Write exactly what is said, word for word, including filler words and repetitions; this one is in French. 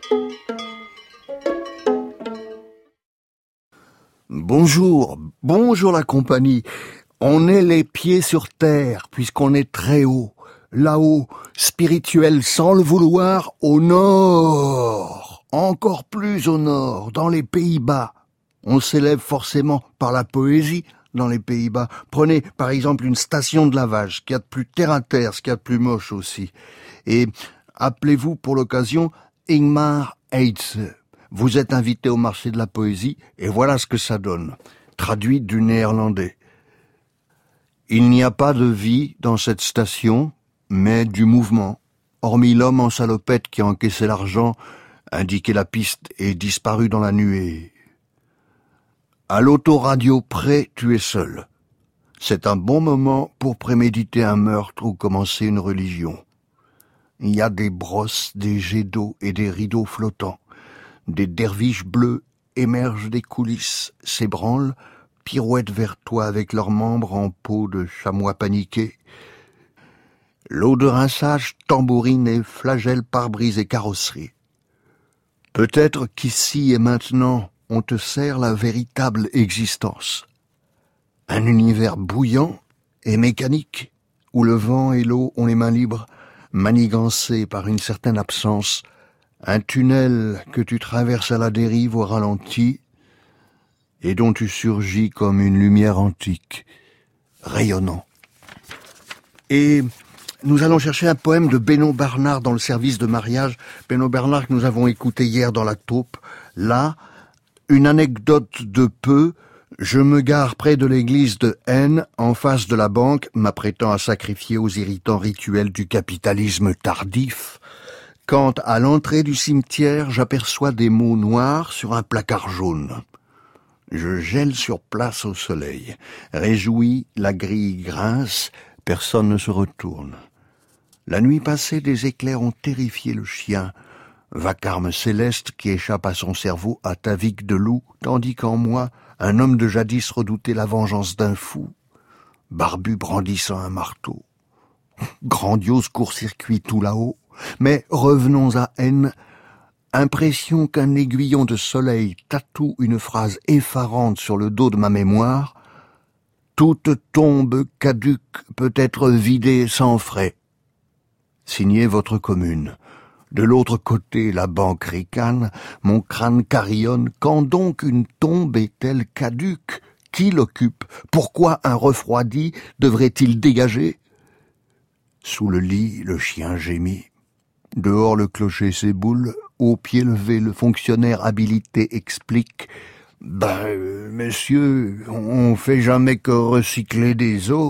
Bonjour, bonjour la compagnie. On est les pieds sur terre, puisqu'on est très haut. Là-haut, spirituel sans le vouloir, au nord. Encore plus au nord, dans les Pays-Bas. On s'élève forcément par la poésie dans les Pays-Bas. Prenez par exemple une station de lavage, ce qu'il y a de plus terre à terre, ce qu'il y a de plus moche aussi. Et appelez-vous pour l'occasion Ingmar Heitse. Vous êtes invité au marché de la poésie, et voilà ce que ça donne. Traduit du néerlandais. Il n'y a pas de vie dans cette station, mais du mouvement. Hormis l'homme en salopette qui a encaissé l'argent, indiqué la piste et disparu dans la nuée. À l'autoradio près, tu es seul. C'est un bon moment pour préméditer un meurtre ou commencer une religion. Il y a des brosses, des jets d'eau et des rideaux flottants. Des derviches bleus émergent des coulisses, s'ébranlent, pirouettent vers toi avec leurs membres en peau de chamois paniqués. L'eau de rinçage tambourine et flagelle pare-brise et carrosserie. Peut-être qu'ici et maintenant, on te sert la véritable existence. Un univers bouillant et mécanique, où le vent et l'eau ont les mains libres, manigancés par une certaine absence. Un tunnel que tu traverses à la dérive au ralenti et dont tu surgis comme une lumière antique, rayonnant. Et nous allons chercher un poème de Beno Barnard dans le service de mariage. Beno Barnard que nous avons écouté hier dans la taupe. Là, une anecdote de peu. Je me gare près de l'église de N, en face de la banque, m'apprêtant à sacrifier aux irritants rituels du capitalisme tardif. Quand, à l'entrée du cimetière, j'aperçois des mots noirs sur un placard jaune. Je gèle sur place au soleil. Réjoui, la grille grince, personne ne se retourne. La nuit passée, des éclairs ont terrifié le chien, vacarme céleste qui échappe à son cerveau atavique de loup, tandis qu'en moi, un homme de jadis redoutait la vengeance d'un fou, barbu brandissant un marteau. Grandiose court-circuit tout là-haut. Mais revenons à N. Impression qu'un aiguillon de soleil tatoue une phrase effarante sur le dos de ma mémoire. Toute tombe caduque peut être vidée sans frais. Signez votre commune. De l'autre côté, la banque ricane, mon crâne carillonne. Quand donc une tombe est-elle caduque? Qui l'occupe? Pourquoi un refroidi devrait-il dégager? Sous le lit, le chien gémit. Dehors, le clocher s'éboule. Au pied levé, le fonctionnaire habilité explique « Ben, euh, messieurs, on fait jamais que recycler des eaux. »